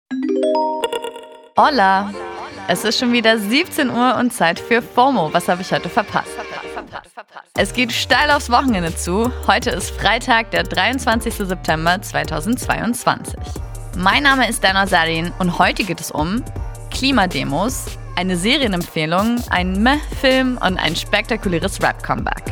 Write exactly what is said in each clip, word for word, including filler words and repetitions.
Hola! Es ist schon wieder siebzehn Uhr und Zeit für FOMO. Was habe ich heute verpasst? Es geht steil aufs Wochenende zu. Heute ist Freitag, der dreiundzwanzigster September zweitausendzweiundzwanzig. Mein Name ist Dana Sarin und heute geht es um Klimademos, eine Serienempfehlung, einen Meh-Film und ein spektakuläres Rap-Comeback.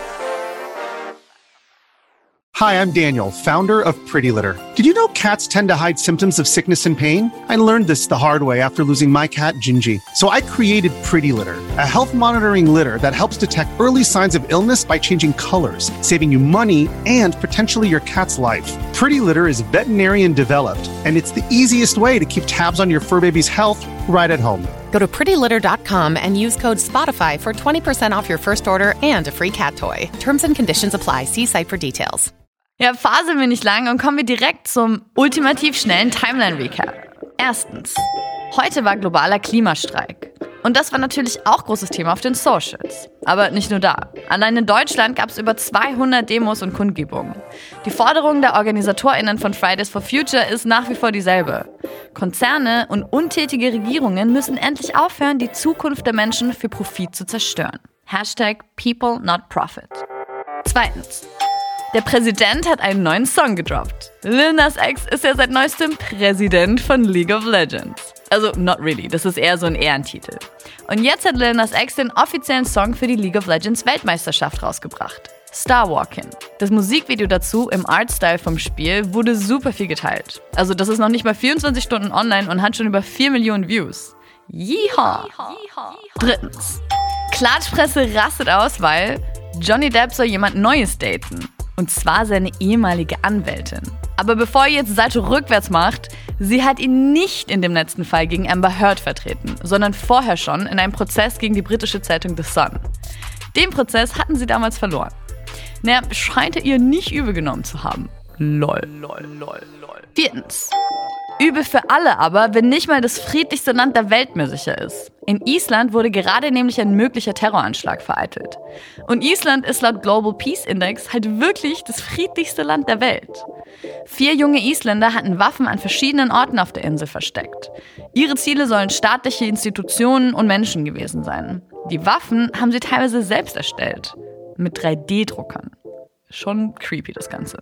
Hi, I'm Daniel, founder of Pretty Litter. Did you know cats tend to hide symptoms of sickness and pain? I learned this the hard way after losing my cat, Gingy. So I created Pretty Litter, a health monitoring litter that helps detect early signs of illness by changing colors, saving you money and potentially your cat's life. Pretty Litter is veterinarian developed, and it's the easiest way to keep tabs on your fur baby's health right at home. Go to pretty litter dot com and use code SPOTIFY for twenty percent off your first order and a free cat toy. Terms and conditions apply. See site for details. Ja, faseln wir nicht lang und kommen wir direkt zum ultimativ schnellen Timeline-Recap. Erstens, heute war globaler Klimastreik. Und das war natürlich auch großes Thema auf den Socials. Aber nicht nur da. Allein in Deutschland gab es über zweihundert Demos und Kundgebungen. Die Forderung der OrganisatorInnen von Fridays for Future ist nach wie vor dieselbe. Konzerne und untätige Regierungen müssen endlich aufhören, die Zukunft der Menschen für Profit zu zerstören. Hashtag People Not Profit. Zweitens. Der Präsident hat einen neuen Song gedroppt. Lil Nas X ist ja seit neuestem Präsident von League of Legends. Also, not really, das ist eher so ein Ehrentitel. Und jetzt hat Lil Nas X den offiziellen Song für die League of Legends Weltmeisterschaft rausgebracht. Star Walkin'. Das Musikvideo dazu im Artstyle vom Spiel wurde super viel geteilt. Also das ist noch nicht mal vierundzwanzig Stunden online und hat schon über vier Millionen Views. Yeehaw! Drittens. Klatschpresse rastet aus, weil Johnny Depp soll jemand Neues daten. Und zwar seine ehemalige Anwältin. Aber bevor ihr jetzt Salto rückwärts macht, sie hat ihn nicht in dem letzten Fall gegen Amber Heard vertreten, sondern vorher schon in einem Prozess gegen die britische Zeitung The Sun. Den Prozess hatten sie damals verloren. Naja, scheint er ihr nicht übel genommen zu haben. Lol, lol, lol, lol. Viertens. Übel für alle aber, wenn nicht mal das friedlichste Land der Welt mehr sicher ist. In Island wurde gerade nämlich ein möglicher Terroranschlag vereitelt. Und Island ist laut Global Peace Index halt wirklich das friedlichste Land der Welt. Vier junge Isländer hatten Waffen an verschiedenen Orten auf der Insel versteckt. Ihre Ziele sollen staatliche Institutionen und Menschen gewesen sein. Die Waffen haben sie teilweise selbst erstellt. Mit drei D Druckern. Schon creepy das Ganze.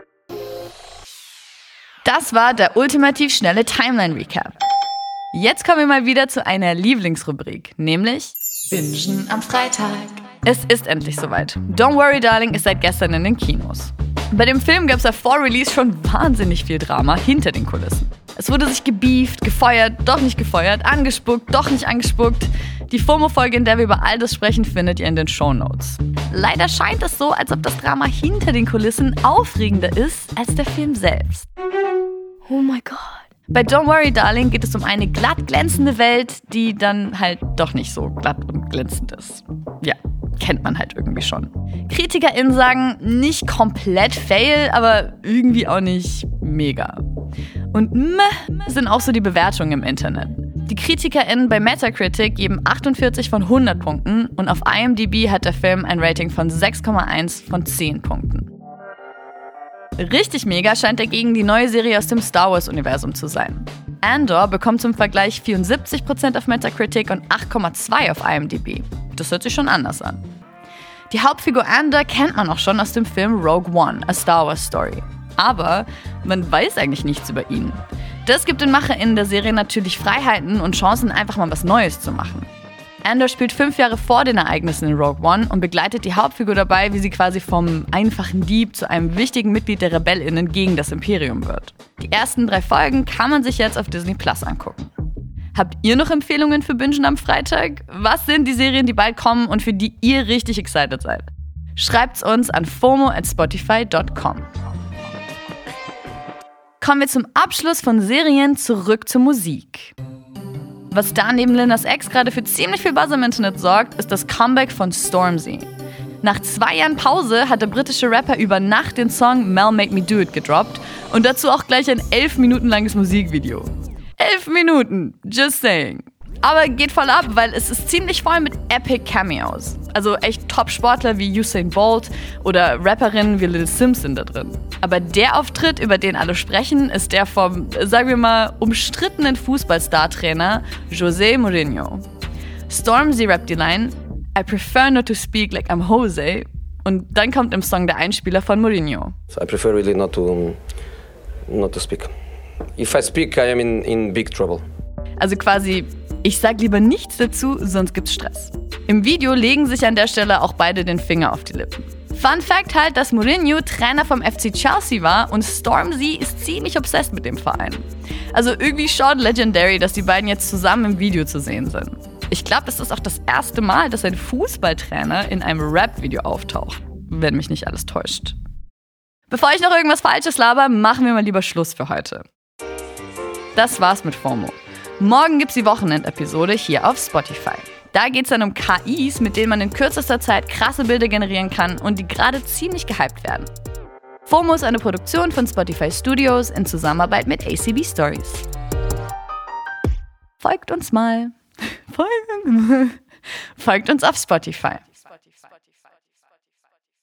Das war der ultimativ schnelle Timeline-Recap. Jetzt kommen wir mal wieder zu einer Lieblingsrubrik, nämlich Bingen am Freitag. Es ist endlich soweit. Don't Worry Darling ist seit gestern in den Kinos. Bei dem Film gab es ja vor Release schon wahnsinnig viel Drama hinter den Kulissen. Es wurde sich gebieft, gefeuert, doch nicht gefeuert, angespuckt, doch nicht angespuckt. Die FOMO-Folge, in der wir über all das sprechen, findet ihr in den Shownotes. Leider scheint es so, als ob das Drama hinter den Kulissen aufregender ist als der Film selbst. Oh mein Gott. Bei Don't Worry Darling geht es um eine glatt glänzende Welt, die dann halt doch nicht so glatt und glänzend ist. Ja, kennt man halt irgendwie schon. KritikerInnen sagen, nicht komplett fail, aber irgendwie auch nicht mega. Und meh sind auch so die Bewertungen im Internet. Die KritikerInnen bei Metacritic geben achtundvierzig von hundert Punkten und auf I M D B hat der Film ein Rating von sechs Komma eins von zehn Punkten. Richtig mega scheint dagegen die neue Serie aus dem Star Wars-Universum zu sein. Andor bekommt zum Vergleich vierundsiebzig Prozent auf Metacritic und acht Komma zwei auf I M D B. Das hört sich schon anders an. Die Hauptfigur Andor kennt man auch schon aus dem Film Rogue One, A Star Wars Story. Aber man weiß eigentlich nichts über ihn. Das gibt den MacherInnen der Serie natürlich Freiheiten und Chancen, einfach mal was Neues zu machen. Andor spielt fünf Jahre vor den Ereignissen in Rogue One und begleitet die Hauptfigur dabei, wie sie quasi vom einfachen Dieb zu einem wichtigen Mitglied der RebellInnen gegen das Imperium wird. Die ersten drei Folgen kann man sich jetzt auf Disney Plus angucken. Habt ihr noch Empfehlungen für Bingen am Freitag? Was sind die Serien, die bald kommen und für die ihr richtig excited seid? Schreibt's uns an fomo at spotify dot com. Kommen wir zum Abschluss von Serien zurück zur Musik. Was da neben Lil Nas X gerade für ziemlich viel Buzz im Internet sorgt, ist das Comeback von Stormzy. Nach zwei Jahren Pause hat der britische Rapper über Nacht den Song Mel Make Me Do It gedroppt und dazu auch gleich ein elf Minuten langes Musikvideo. Elf Minuten, just saying. Aber geht voll ab, weil es ist ziemlich voll mit Epic Cameos. Also echt Top-Sportler wie Usain Bolt oder Rapperinnen wie Lil Simz sind da drin. Aber der Auftritt, über den alle sprechen, ist der vom, sagen wir mal, umstrittenen Fußballstar-Trainer José Mourinho. Stormzy rappt die Line I prefer not to speak like I'm Jose. Und dann kommt im Song der Einspieler von Mourinho. So I prefer really not to, not to speak. If I speak, I am in, in big trouble. Also quasi, ich sag lieber nichts dazu, sonst gibt's Stress. Im Video legen sich an der Stelle auch beide den Finger auf die Lippen. Fun Fact halt, dass Mourinho Trainer vom F C Chelsea war und Stormzy ist ziemlich obsessed mit dem Verein. Also irgendwie schon legendary, dass die beiden jetzt zusammen im Video zu sehen sind. Ich glaube, das ist auch das erste Mal, dass ein Fußballtrainer in einem Rap-Video auftaucht, wenn mich nicht alles täuscht. Bevor ich noch irgendwas Falsches laber, machen wir mal lieber Schluss für heute. Das war's mit FOMO. Morgen gibt's die Wochenendepisode hier auf Spotify. Da geht's dann um K Is, mit denen man in kürzester Zeit krasse Bilder generieren kann und die gerade ziemlich gehypt werden. FOMO ist eine Produktion von Spotify Studios in Zusammenarbeit mit A C B Stories. Folgt uns mal. Folgt uns auf Spotify.